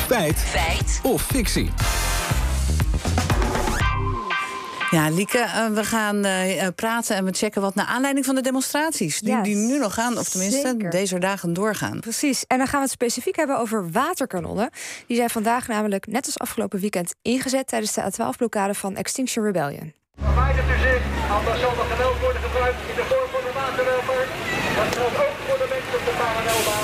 Feit of fictie? Ja, Lieke, we gaan praten en we checken wat naar aanleiding van de demonstraties. Die nu nog gaan, of tenminste deze dagen doorgaan. Precies, en dan gaan we het specifiek hebben over waterkanonnen. Die zijn vandaag namelijk, net als afgelopen weekend, ingezet tijdens de A12-blokkade van Extinction Rebellion. Verwijdert u zich, anders zal er geweld worden gebruikt in de vorm van een waterwerper. Dat geldt ook voor de mensen op de parallelbaan.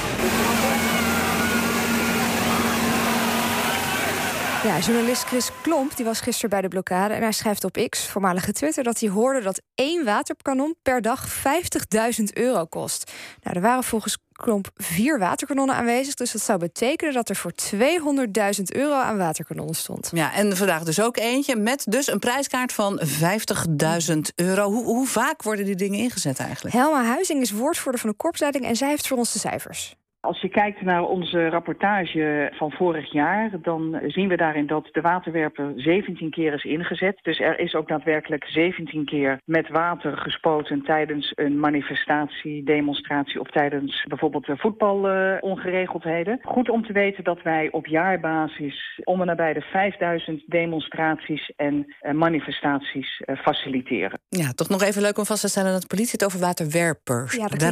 Ja, journalist Chris Klomp die was gisteren bij de blokkade en hij schrijft op X, voormalige Twitter, dat hij hoorde dat 1 waterkanon per dag €50.000 kost. Nou, er waren volgens Klomp 4 waterkanonnen aanwezig, dus dat zou betekenen dat er voor €200.000 aan waterkanonnen stond. Ja, en vandaag dus ook eentje met dus een prijskaart van €50.000. Hoe vaak worden die dingen ingezet eigenlijk? Helma Huizing is woordvoerder van de korpsleiding en zij heeft voor ons de cijfers. Als je kijkt naar onze rapportage van vorig jaar, dan zien we daarin dat de waterwerper 17 keer is ingezet. Dus er is ook daadwerkelijk 17 keer met water gespoten tijdens een manifestatie, demonstratie of tijdens bijvoorbeeld voetbalongeregeldheden. Goed om te weten dat wij op jaarbasis om en nabij de 5000 demonstraties en manifestaties faciliteren. Ja, toch nog even leuk om vast te stellen dat de politie het over waterwerpers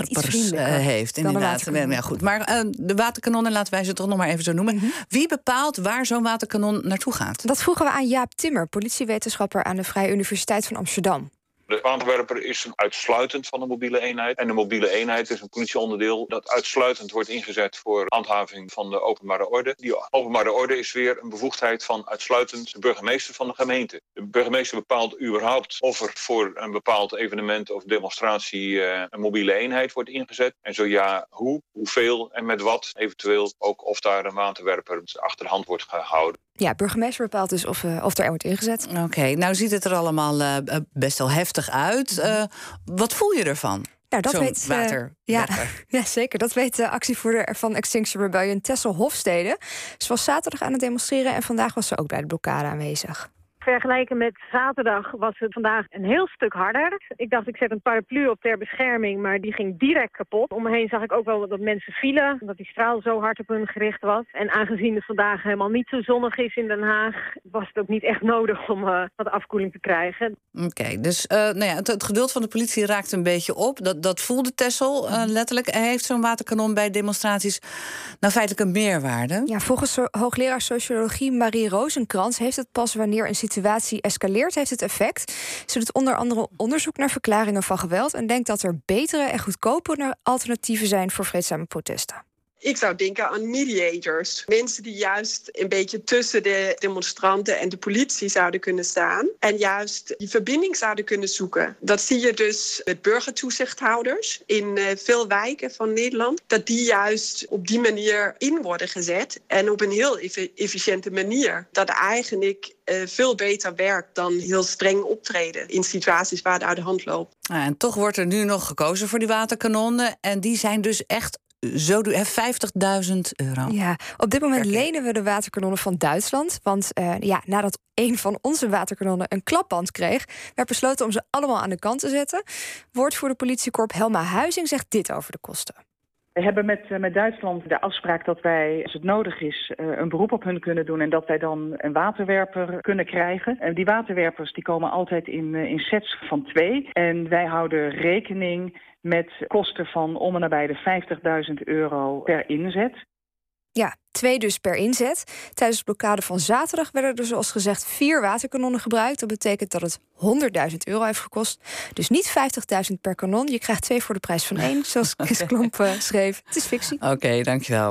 heeft. Inderdaad. Ja, goed. Maar de waterkanonnen, laten wij ze toch nog maar even zo noemen. Wie bepaalt waar zo'n waterkanon naartoe gaat? Dat vroegen we aan Jaap Timmer, politiewetenschapper aan de Vrije Universiteit van Amsterdam. De waterwerper is uitsluitend van de mobiele eenheid. En de mobiele eenheid is een politieonderdeel dat uitsluitend wordt ingezet voor handhaving van de openbare orde. Die openbare orde is weer een bevoegdheid van uitsluitend de burgemeester van de gemeente. De burgemeester bepaalt überhaupt of er voor een bepaald evenement of demonstratie een mobiele eenheid wordt ingezet. En zo ja, hoeveel en met wat. Eventueel ook of daar een waterwerper achter de hand wordt gehouden. Ja, burgemeester bepaalt dus of er wordt ingezet. Oké, nou ziet het er allemaal best wel heftig uit. Wat voel je ervan? Nou, dat weet ja, zeker. Dat weet de actievoerder van Extinction Rebellion, Tessel Hofstede. Ze was zaterdag aan het demonstreren en vandaag was ze ook bij de blokkade aanwezig. Vergeleken met zaterdag was het vandaag een heel stuk harder. Ik dacht, ik zet een paraplu op ter bescherming, maar die ging direct kapot. Om me heen zag ik ook wel dat mensen vielen, dat die straal zo hard op hun gericht was. En aangezien het vandaag helemaal niet zo zonnig is in Den Haag, was het ook niet echt nodig om wat afkoeling te krijgen. Oké, dus het geduld van de politie raakt een beetje op. Dat voelde Tessel letterlijk. Heeft zo'n waterkanon bij demonstraties nou feitelijk een meerwaarde? Ja, volgens hoogleraar sociologie Marie Rozenkrans heeft het pas wanneer een situatie escaleert, heeft het effect. Ze doet onder andere onderzoek naar verklaringen van geweld en denkt dat er betere en goedkopere alternatieven zijn voor vreedzame protesten. Ik zou denken aan mediators. Mensen die juist een beetje tussen de demonstranten en de politie zouden kunnen staan. En juist die verbinding zouden kunnen zoeken. Dat zie je dus met burgertoezichthouders in veel wijken van Nederland. Dat die juist op die manier in worden gezet. En op een heel efficiënte manier. Dat eigenlijk veel beter werkt dan heel streng optreden in situaties waar het uit de hand loopt. En toch wordt er nu nog gekozen voor die waterkanonnen. En die zijn dus echt zo duur, €50.000. Ja, op dit moment lenen we de waterkanonnen van Duitsland. Want nadat een van onze waterkanonnen een klapband kreeg, werd besloten om ze allemaal aan de kant te zetten. Woordvoerder politiekorps Helma Huizing zegt dit over de kosten. We hebben met Duitsland de afspraak dat wij, als het nodig is, een beroep op hun kunnen doen en dat wij dan een waterwerper kunnen krijgen. En die waterwerpers die komen altijd in sets van 2. En wij houden rekening met kosten van om en nabij de €50.000 per inzet. Ja, 2 dus per inzet. Tijdens de blokkade van zaterdag werden er zoals gezegd 4 waterkanonnen gebruikt. Dat betekent dat het €100.000 heeft gekost. Dus niet €50.000 per kanon. Je krijgt 2 voor de prijs van 1, zoals Chris Klomp schreef. Het is fictie. Oké, dankjewel.